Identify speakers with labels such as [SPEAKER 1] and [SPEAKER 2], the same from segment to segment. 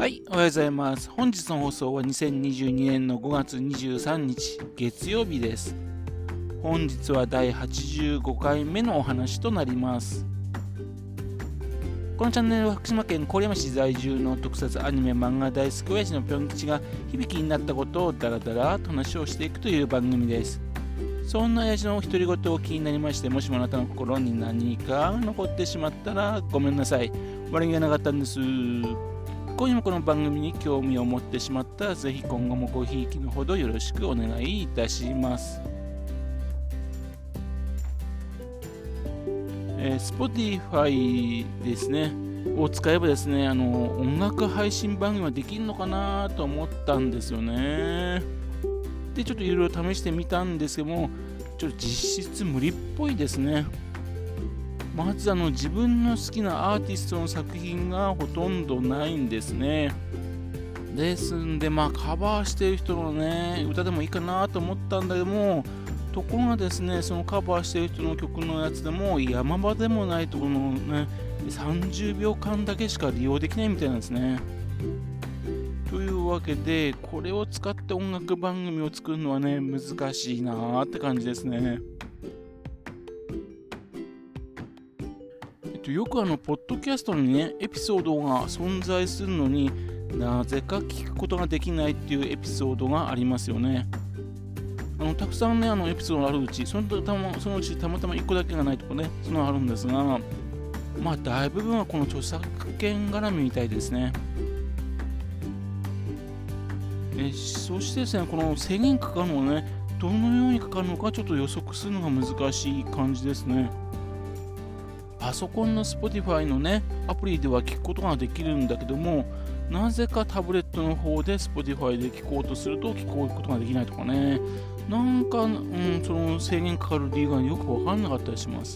[SPEAKER 1] はい、おはようございます。本日の放送は2022年の5月23日月曜日です。本日は第85回目のお話となります。このチャンネルは福島県郡山市在住の特撮アニメ漫画大好き親父のぴょん吉が響きになったことをダラダラと話をしていくという番組です。そんな親父の独り言を気になりまして、もしもあなたの心に何か残ってしまったらごめんなさい。悪気がなかったんです。今夜もこの番組に興味を持ってしまったら、ぜひ今後もごひいきのほどよろしくお願いいたします。Spotify ですねを使えばですね、音楽配信番組はできるのかなと思ったんですよね。で、ちょっといろいろ試してみたんですけども、ちょっと実質無理っぽいですね。まず自分の好きなアーティストの作品がほとんどないんですね。ですんで、カバーしている人のね、歌でもいいかなと思ったんだけども、ところがですね、そのカバーしている人の曲のやつでも山場でもないところのね、30秒間だけしか利用できないみたいなんですね。というわけで、これを使って音楽番組を作るのはね、難しいなーって感じですね。よくポッドキャストにね、エピソードが存在するのになぜか聞くことができないっていうエピソードがありますよね。たくさんね、エピソードがあるうち、そのうちたまたま1個だけがないとかね、そのあるんですが、大部分はこの著作権絡みみたいですね。そしてですね、この制限かかるのをね、どのようにかかるのかちょっと予測するのが難しい感じですね。パソコンの Spotify のね、アプリでは聞くことができるんだけども、なぜかタブレットの方で Spotify で聞こうとすると聞こうことができないとかね、なんか、その制限かかる理由がよくわかんなかったりします。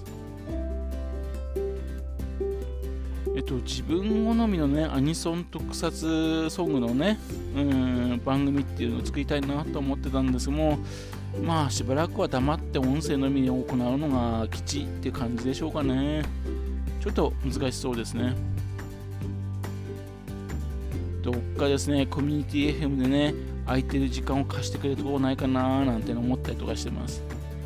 [SPEAKER 1] 自分好みのね、アニソン特撮ソングのね、番組っていうのを作りたいなと思ってたんですけども、しばらくは黙って音声のみに行うのが吉って感じでしょうかね。ちょっと難しそうですね。どっかですね、コミュニティ FM でね、空いてる時間を貸してくれるところないかななんて思ったりとかしてます。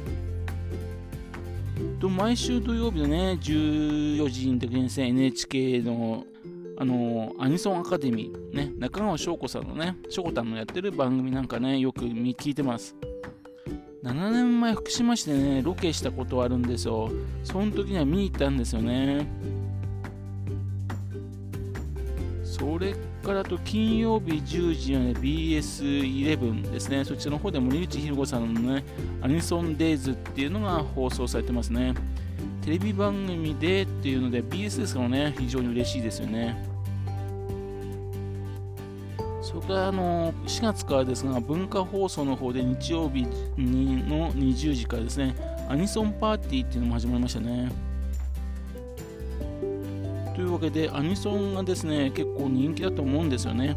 [SPEAKER 1] 毎週土曜日のね、14時にですね、NHK のアニソンアカデミー、ね、中川翔子さんのね、翔子さんのやってる番組なんかね、よく聞いてます。7年前、福島市でね、ロケしたことあるんですよ。その時には見に行ったんですよね。それから金曜日10時の、ね、BS11 ですね。そちらの方で森口博子さんのね、アニソンデイズっていうのが放送されてますね。テレビ番組でっていうので BS ですからね、非常に嬉しいですよね。それから4月からですが、文化放送の方で日曜日の20時からですね、アニソンパーティーっていうのも始まりましたね。というわけで、アニソンがですね、結構人気だと思うんですよね。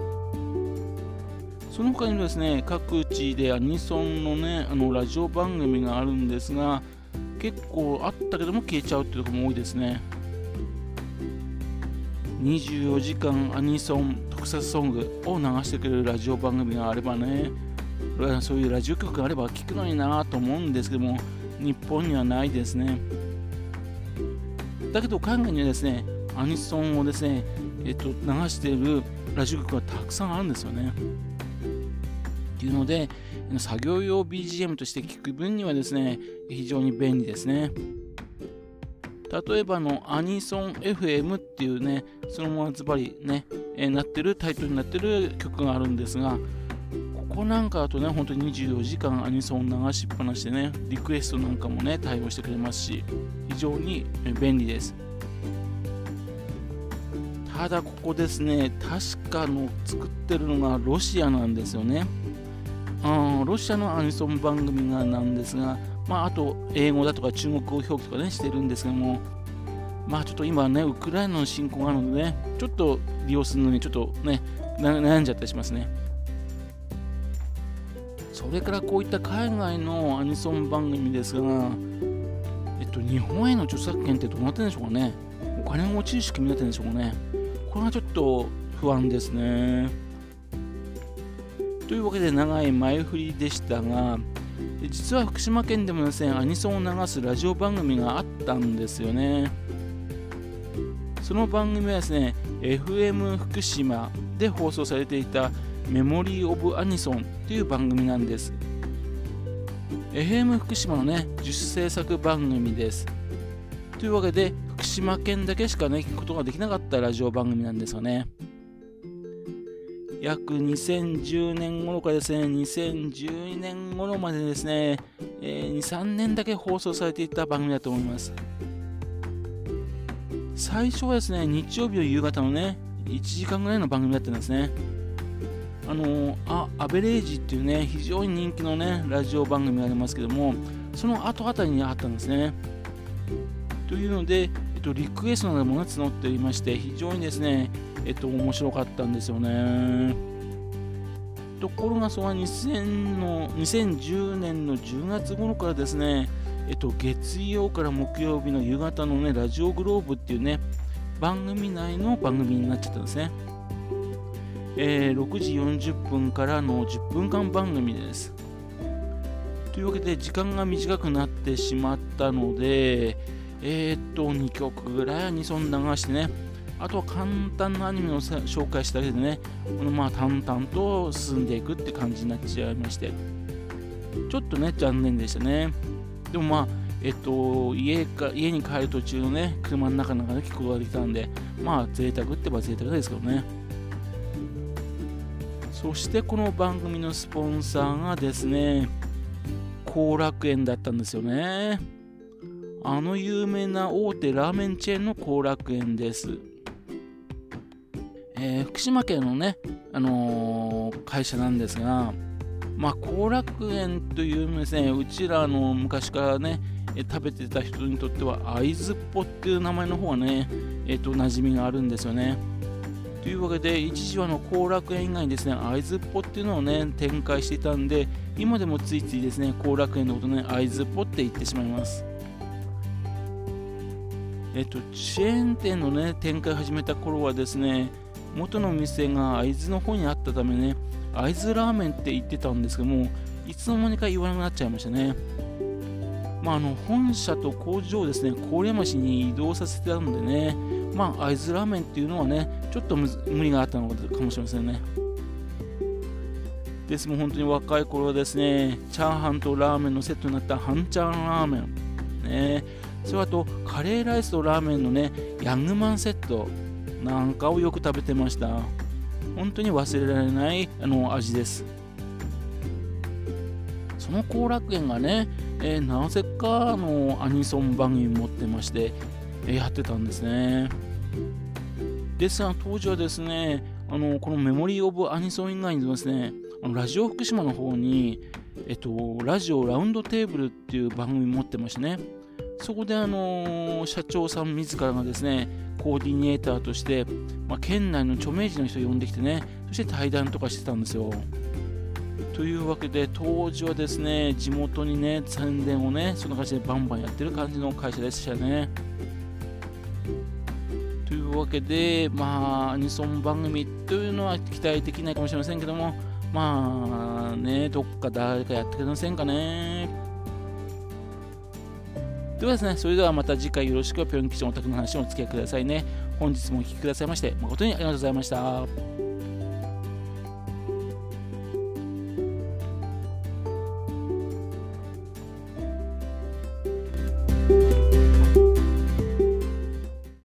[SPEAKER 1] その他にもですね、各地でアニソンのね、ラジオ番組があるんですが、結構あったけども消えちゃうっていうところも多いですね。24時間アニソン特撮ソングを流してくれるラジオ番組があればね、そういうラジオ局があれば聞くのになと思うんですけども、日本にはないですね。だけど海外にはですね、アニソンをですね、流しているラジオ局がたくさんあるんですよね。っていうので、作業用 BGM として聞く分にはですね、非常に便利ですね。例えばアニソン FM っていうね、そのままズバリね、なってるタイトルになってる曲があるんですが、ここなんかだとね、本当に24時間アニソン流しっぱなしでね、リクエストなんかもね、対応してくれますし、非常に便利です。ただここですね、確か作ってるのがロシアなんですよね。ロシアのアニソン番組がなんですが、あと英語だとか中国語表記とかねしてるんですけども、ちょっと今ね、ウクライナの侵攻があるのでね、ちょっと利用するのにちょっとね、悩んじゃったりしますね。それからこういった海外のアニソン番組ですが、日本への著作権ってどうなってるんでしょうかね。お金が落ちる仕組みになってるんでしょうかね。これがちょっと不安ですね。というわけで長い前振りでしたが、実は福島県でもですね、アニソンを流すラジオ番組があったんですよね。その番組はですね、FM 福島で放送されていたメモリー・オブ・アニソンという番組なんです。FM 福島のね、自主制作番組です。というわけで、福島県だけしかね、聞くことができなかったラジオ番組なんですよね。約2010年頃からですね、2012年頃までですね、2、3年だけ放送されていた番組だと思います。最初はですね、日曜日の夕方のね、1時間ぐらいの番組だったんですね。アベレージっていうね、非常に人気のね、ラジオ番組がありますけども、その後あたりにあったんですね。というので、リクエストなども募っておりまして、非常にですね、面白かったんですよね。ところが、その2010年の10月頃からですね、月曜から木曜日の夕方のね、ラジオグローブっていうね、番組内の番組になっちゃったんですね。6時40分からの10分間番組です。というわけで、時間が短くなってしまったので、2曲ぐらいアニソン流してね、あとは簡単なアニメを紹介しただけでね、淡々と進んでいくって感じになっちゃいまして、ちょっとね、残念でしたね。でも家に帰る途中のね、車の中で聞くことができたんで、贅沢って言えば贅沢ですけどね。そしてこの番組のスポンサーがですね、後楽園だったんですよね。有名な大手ラーメンチェーンの後楽園です。福島県のね、会社なんですが、後楽園というですね、うちら昔からね、食べてた人にとっては会津っぽっていう名前の方がね、馴染みがあるんですよね。というわけで、一時は後楽園以外にですね、会津っぽっていうのをね、展開していたんで、今でもついついですね、後楽園のことね、会津っぽって言ってしまいます。チェーン店のね、展開を始めた頃はですね、元の店が会津の方にあったためね、会津ラーメンって言ってたんですけども、いつの間にか言わなくなっちゃいましたね。本社と工場をですね、郡山市に移動させてたんでね、会津ラーメンっていうのはね、ちょっと無理があったのかもしれませんね。ですも本当に若い頃はですね、チャーハンとラーメンのセットになった半チャーラーメン、ね、それとカレーライスとラーメンのね、ヤングマンセットなんかをよく食べてました。本当に忘れられない味です。その後楽園がね、なぜかアニソン番組持ってまして、やってたんですね。ですが当時はですね、このメモリー・オブ・アニソン以外にもですね、ラジオ福島の方に、ラジオラウンドテーブルっていう番組持ってましてね、そこで社長さん自らがですね、コーディネーターとして、県内の著名人の人を呼んできてね、そして対談とかしてたんですよ。というわけで、当時はですね、地元にね、宣伝をね、そんな感じでバンバンやってる感じの会社でしたね。というわけで、アニソン番組というのは期待できないかもしれませんけども、どっか誰かやってくれませんかね。ではですね、それではまた次回よろしくぴょん吉のお宅の話にお付き合いくださいね。本日もお聞きくださいまして誠にありがとうございました。